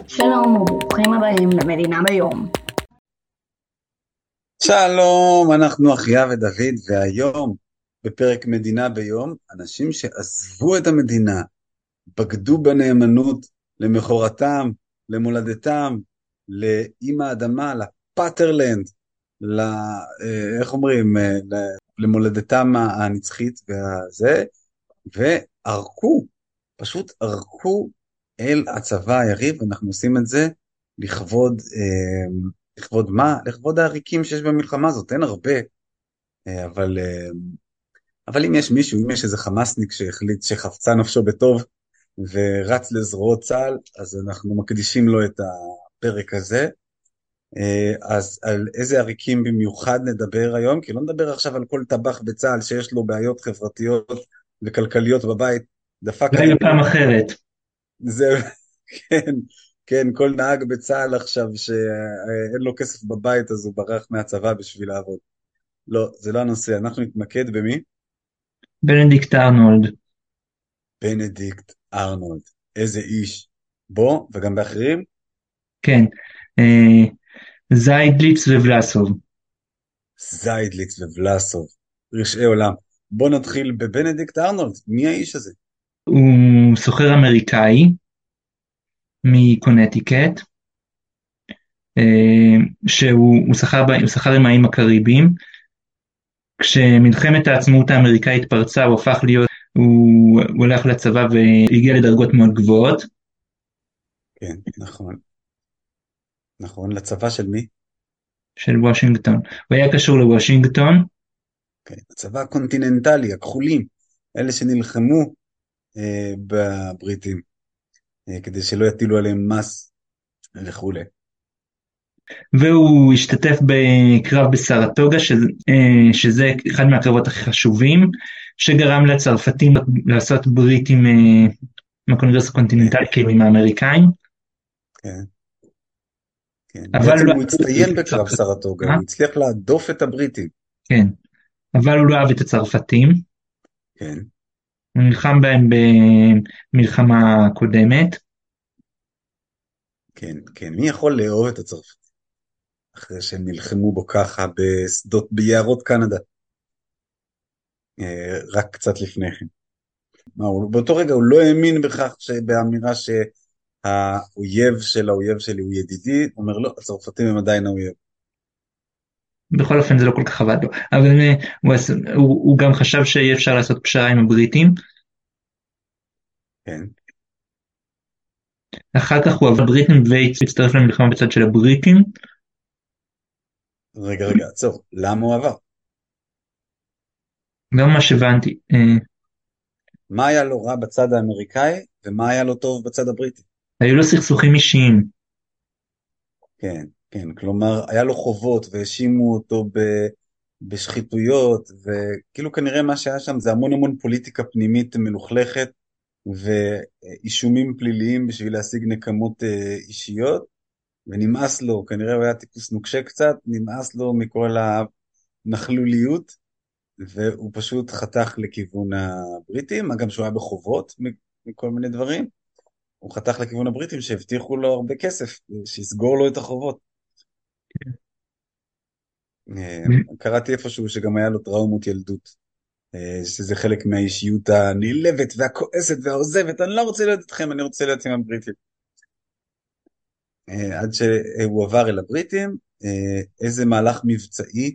שלום וברוכים הבאים למדינה ביום. שלום, אנחנו אחיה ודוד, והיום בפרק מדינה ביום, אנשים שעזבו את המדינה, בגדו בנאמנות למחורתם, למולדתם, לאמא האדמה, לפטרלנד, איך אומרים, למולדתם הנצחית והזה, וערקו, פשוט ערקו אל הצבא היריב. אנחנו עושים את זה לכבוד, לכבוד מה? לכבוד העריקים שיש במלחמה הזאת. אין הרבה, אבל, אבל אם יש מישהו, אם יש איזה חמאסניק שהחליט שחפצה נפשו בטוב ורץ לזרועות צה"ל, אז אנחנו מקדישים לו את הפרק הזה. אז על איזה עריקים במיוחד נדבר היום? כי לא נדבר עכשיו על כל טבח בצה"ל שיש לו בעיות חברתיות וכלכליות בבית, דפק אולי עלינו. בפעם אחרת. זה, כן, כן, כל נהג בצה"ל עכשיו שאין לו כסף בבית, אז הוא ברח מהצבא בשביל לעבוד. לא, זה לא הנושא, אנחנו נתמקד במי? בנדיקט ארנולד. בנדיקט ארנולד. איזה איש. בו, וגם באחרים? כן. אה, זיידליץ ובלסוב. זיידליץ ובלסוב, רשעי עולם. בוא נתחיל בבנדיקט ארנולד. מי האיש הזה? הוא סוחר אמריקאי מקונטיקט, שהוא סחר עם האיים הקריביים. כשמלחמת העצמאות האמריקאית פרצה הוא הפך להיות, הוא הלך לצבא והגיע לדרגות מאוד גבוהות. כן, נכון. נכון, לצבא של מי? של וושינגטון. הוא היה קשור לוושינגטון. כן, הצבא הקונטיננטלי, הכחולים, אלה שנלחמו בבריטים, כדי שלא יטילו עליהם מס וכולי. והוא השתתף בקרב בסרטוגה, שזה אחד מהקרבות הכי חשובים, שגרם לצרפתים לעשות ברית עם הקונגרס כן, הקונטיננטלי, כאילו עם האמריקאים. כן, כן. אבל בעצם הוא לא הוא הצטיין בקרב סרטוגה, הוא הצליח להדוף את הבריטים. כן, אבל הוא לא אהב את הצרפתים. כן, הוא נלחם בהם במלחמה קודמת. כן, כן. מי יכול לאהוב את הצרפת אחרי שהם נלחמו בו ככה בשדות, ביערות קנדה, רק קצת לפני כן? מה, באותו רגע הוא לא האמין בכך, באמירה שהאויב של האויב שלי הוא ידידי. הוא אומר לא, הצרפתים הם עדיין האויב. בכל אופן זה לא כל כך עבד לו, אבל הוא גם חשב שאי אפשר לעשות פשרה עם הבריטים. כן. אחר כך הוא עבר בריטים והצטרף למלחמה בצד של הבריטים. רגע, רגע, עצור. למה הוא עבר? לא ממש הבנתי. מה היה לו רע בצד האמריקאי, ומה היה לו טוב בצד הבריטי? היו לו סכסוכים אישיים. כן, כן, כלומר, היה לו חובות, והאשימו אותו בשחיתויות, וכאילו כנראה מה שהיה שם זה המון המון פוליטיקה פנימית מלוכלכת, ואישומים פליליים בשביל להשיג נקמות אישיות, ונמאס לו, כנראה הוא היה טיפוס נוקשה קצת, נמאס לו מכל הנכלוליות, והוא פשוט חתך לכיוון הבריטים, מה גם שהוא היה בחובות מכל מיני דברים. הוא חתך לכיוון הבריטים שהבטיחו לו הרבה כסף, שיסגור לו את החובות. קראתי איפשהו שגם היה לו טראומות ילדות, שזה חלק מהאישיות הנלבת והכועסת והעוזבת. אני לא רוצה להיות איתכם, אני רוצה להיות עם הבריטים. עד שהוא עבר אל הבריטים. איזה מהלך מבצעי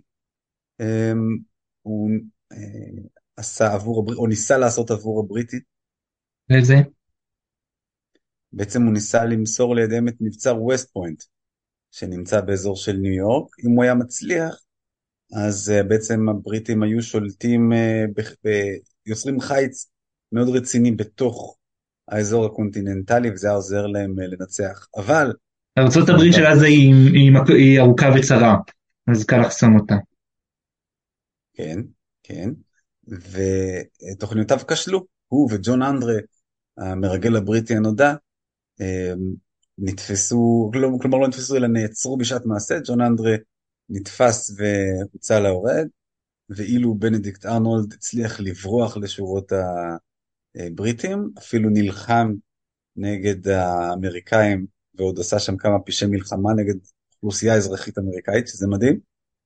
הוא עשה עבור הבריטים, או ניסה לעשות עבור הבריטים. וזה, בעצם הוא ניסה למסור לידיהם את מבצר ווסט פוינט, שנמצא באזור של ניו יורק. אם הוא היה מצליח, אז בעצם הבריטים היו שולטים, יוצרים חיץ מאוד רציני בתוך האזור הקונטיננטלי, וזה היה עוזר להם לנצח. אבל, ארצות הברית של תוכניותיו עזה כשלו. היא ארוכה וצרה, אז קל לחסום אותה. כן, כן. ותוכניותיו כשלו. הוא וג'ון אנדרה, המרגל הבריטי הנודע, אה, נתפסו, כלומר לא נתפסו אלא נעצרו בשעת מעשה. ג'ון אנדרה נתפס והוצא להורג, ואילו בנדיקט ארנולד הצליח לברוח לשורות הבריטים, אפילו נלחם נגד האמריקאים ועוד עשה שם כמה פשעי מלחמה נגד אוכלוסייה אזרחית אמריקאית, שזה מדהים.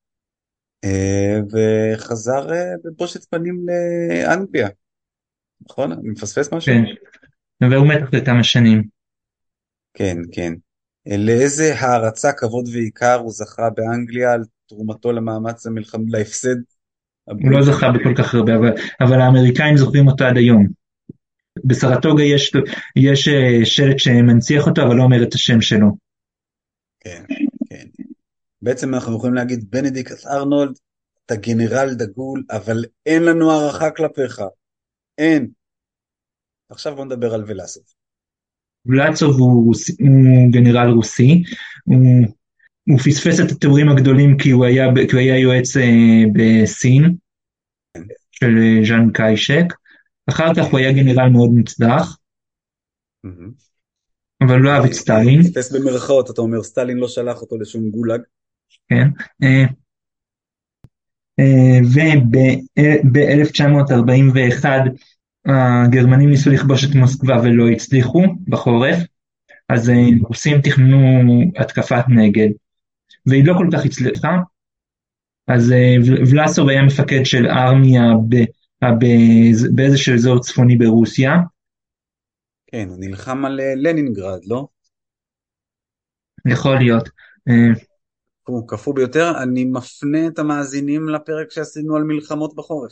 וחזר בבושת פנים לאנגליה, נכון? אני מפספס משהו? כן, והוא מת אחרי כמה שנים. כן, כן. לאיזה הערצה, כבוד ועיקר הוא זכה באנגליה על תרומתו למאמץ להפסד הוא לא הבריטי? זכה בכל כך הרבה, אבל האמריקאים זוכרים אותו עד היום. בסרטוגה יש שלט שמנציח אותו, אבל לא אומר את השם שלו. כן, כן. בעצם אנחנו יכולים להגיד, בנדיקט ארנולד, אתה גנרל דגול, אבל אין לנו הערכה כלפיך. אין. עכשיו בוא נדבר על ולאסוב. ולצוב הוא גנרל רוסי, הוא, הוא פספס את התיאורים הגדולים כי הוא היה יועץ בסין של ז'אן קיישק, אחר כך הוא היה גנרל מאוד מוצלח, מהמם. אבל לא אהב את סטלין, פספס במרכאות, אתה אומר, סטלין לא שלח אותו לשום גולאג. כן, וב-1941 הגרמנים ניסו לכבוש את מוסקבה ולא הצליחו בחורף, אז רוסים תכננו התקפת נגד, והיא לא כל כך הצליחה, אז ולאסוב היה מפקד של ארמיה באיזשהו אזור צפוני ברוסיה, כן, הוא נלחם על לנינגרד, לא? יכול להיות, הוא קפוא ביותר. אני מפנה את המאזינים לפרק שעשינו על מלחמות בחורף.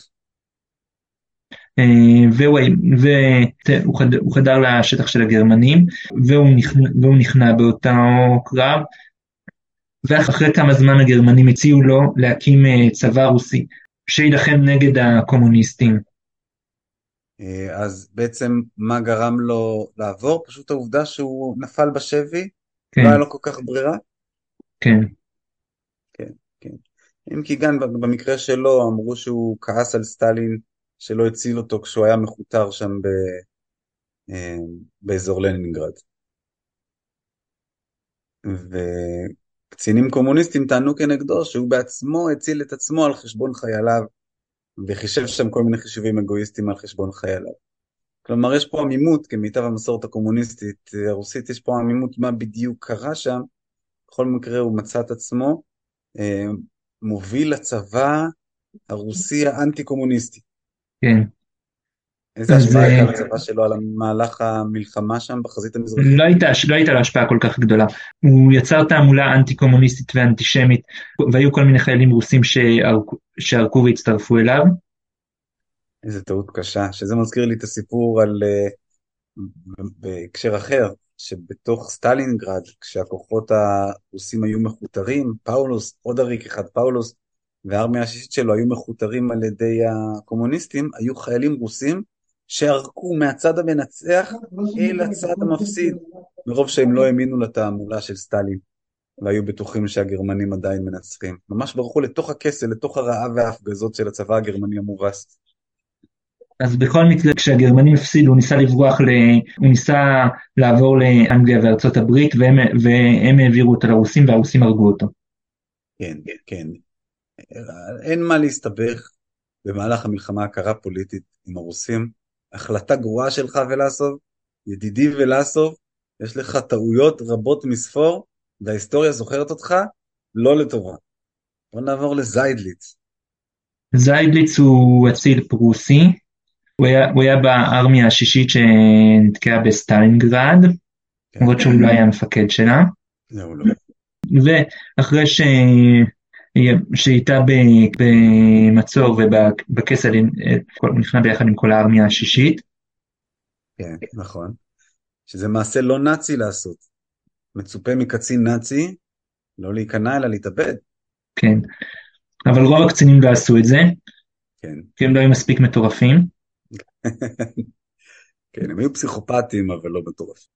והוא חדר לשטח של הגרמנים, והוא נכנע באותו קרב, ואחרי כמה זמן הגרמנים הציעו לו להקים צבא רוסי, שיילחם נגד הקומוניסטים. אז בעצם מה גרם לו לעבור? פשוט העובדה שהוא נפל בשבי, לא היה כן, לו כל כך ברירה? כן, כן, כן. אם כי גם במקרה שלו אמרו שהוא כעס על סטלין שלא הציל אותו כשהוא היה מחותר שם אה, באזור לנינגרד. וקצינים קומוניסטים טענו כנגדו שהוא בעצמו הציל את עצמו על חשבון חייליו, וחישב שם כל מיני חישובים אגואיסטיים על חשבון חייליו. כלומר, יש פה עמימות, כמיטב המסורת הקומוניסטית הרוסית, יש פה עמימות מה בדיוק קרה שם. בכל מקרה הוא מצא את עצמו אה, מוביל לצבא הרוסי האנטי-קומוניסטי. כן. איזה אז השפעה הייתה לצבא שלו על מהלך המלחמה שם בחזית המזרחית? לא הייתה לו השפעה כל כך גדולה. הוא יצר תעמולה אנטי קומוניסטית ואנטישמית, והיו כל מיני חיילים רוסים שערקו והצטרפו אליו. איזה טעות קשה, שזה מזכיר לי את הסיפור על, בהקשר אחר, שבתוך סטלינגרד, כשהכוחות הרוסים היו מחותרים, פאולוס, עוד עריק אחד, פאולוס, והארמיה השישית שלו היו מחותרים על ידי הקומוניסטים, היו חיילים רוסים שערקו מהצד המנצח אל הצד המפסיד, מרוב שהם לא האמינו לתעמולה של סטלין, והיו בטוחים שהגרמנים עדיין מנצחים. ממש ברחו לתוך הכסל, לתוך הרעב וההפגזות של הצבא הגרמני המובס. אז בכל מקרה, כשהגרמנים הפסידו, הוא ניסה לעבור לאנגליה וארצות הברית, והם העבירו אותו לרוסים, והרוסים הרגו אותו. כן, כן. אין מה להסתבך במהלך המלחמה הקרה פוליטית עם הרוסים. החלטה גרועה שלך ולאסוב, ידידי ולאסוב, יש לך טעויות רבות מספור, וההיסטוריה זוכרת אותך לא לטובה. בוא נעבור לזיידליץ. זיידליץ הוא אציל פרוסי, הוא היה בארמיה השישית שנתקעה בסטלינגרד, כן, למרות שהוא לא היה המפקד שלה, זהו לא. ואחרי שהייתה במצור ובכסל, נכנע ביחד עם כל הארמיה השישית. כן, נכון. שזה מעשה לא נאצי לעשות. מצופה מקצין נאצי לא להיכנע אלא להתאבד. כן, אבל רוב הקצינים לא עשו את זה, כן. כי הם לא היו מספיק מטורפים. כן, הם היו פסיכופטים, אבל לא מטורפים.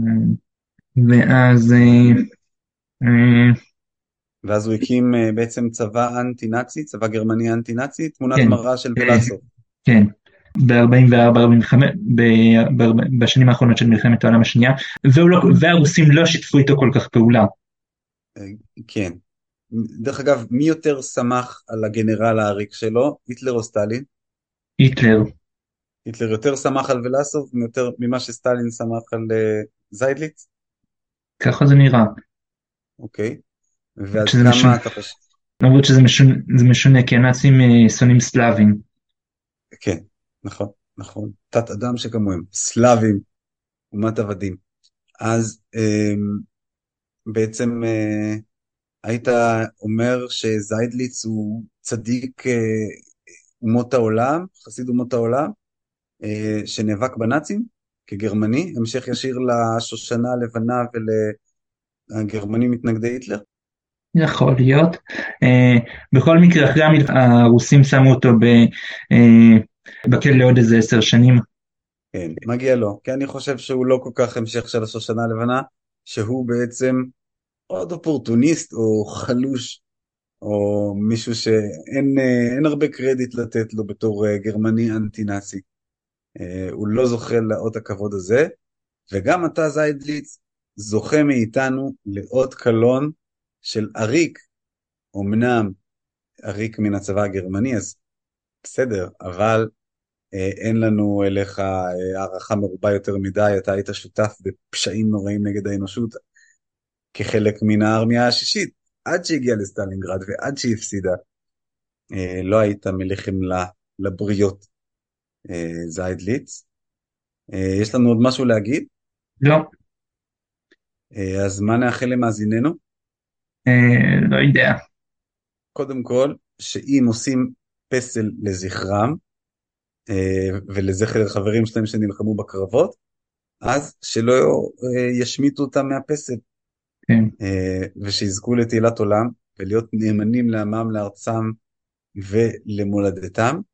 ואז אה, ואז הוא הקים בעצם צבא אנטי-נאצי, צבא גרמני אנטי-נאצי, תמונת כן, מראה של אה, ולאסוב. כן, ב-44, בשנים האחרונות של מלחמת העולם השנייה, והרוסים לא שיתפו איתו כל כך פעולה. אה, כן. דרך אגב, מי יותר שמח על הגנרל העריק שלו, היטלר או סטלין? היטלר, היטלר יותר שמח על ולאסוב יותר ממה שסטלין שמח על זיידליץ? ככה זה נראה. אוקיי? ועד שזה כמה משונה, אתה חושב... למרות שזה משונה, זה משונה, כי הנאצים שונאים סלאבים. כן, נכון, נכון. תת אדם שכמוהם, סלאבים, אומת עבדים. אז בעצם היית אומר שזיידליץ הוא צדיק אומות העולם, חסיד אומות העולם, שנאבק בנאצים כגרמני, המשך ישיר לשושנה הלבנה ולגרמנים מתנגדי היטלר? יכול להיות. בכל מקרה, אחרי המלחמה, הרוסים שמו אותו בכלא לעוד איזה 10 שנים. כן, מגיע לו, כי אני חושב שהוא לא כל כך המשך של השושנה הלבנה, שהוא בעצם עוד אופורטוניסט או חלוש, או מישהו שאין אין הרבה קרדיט לתת לו בתור גרמני אנטי-נאצי. הוא לא זוכה לאות הכבוד הזה, וגם אתה זיידליץ זוכה מאיתנו לאות קלון של עריק, אמנם עריק מן הצבא הגרמני, אז בסדר, אבל אין לנו אליך הערכה מרובה יותר מדי, אתה היית שותף בפשעים נוראים נגד האנושות כחלק מן הארמיה השישית, עד שהגיעה לסטלינגרד ועד שהיא הפסידה, לא היית מלחם לבריות, זיידליץ. יש לנו עוד משהו להגיד? לא, אז מה נאחל למאזיננו? לא יודע. קודם כל, שאם עושים פסל לזכרם, ולזכר חברים שלהם שנלחמו בקרבות, אז שלא ישמיטו אותם מהפסל, כן. ושיזכו לתהילת עולם, ולהיות נאמנים לעמם, לארצם ולמולדתם,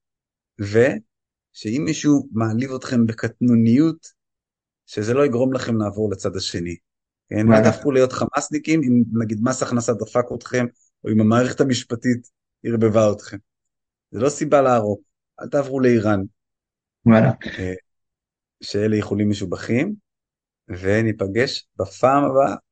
ושאם מישהו מעליב אתכם בקטנוניות, שזה לא יגרום לכם לעבור לצד השני. כן? אל וואלה. תהפכו להיות חמאסניקים, אם נגיד מס הכנסה דפק אתכם, או אם המערכת המשפטית הרבבה אתכם. זה לא סיבה להרוג, אל תעברו לאיראן, וואלה. שאלה יכולים משובחים, וניפגש בפעם הבאה.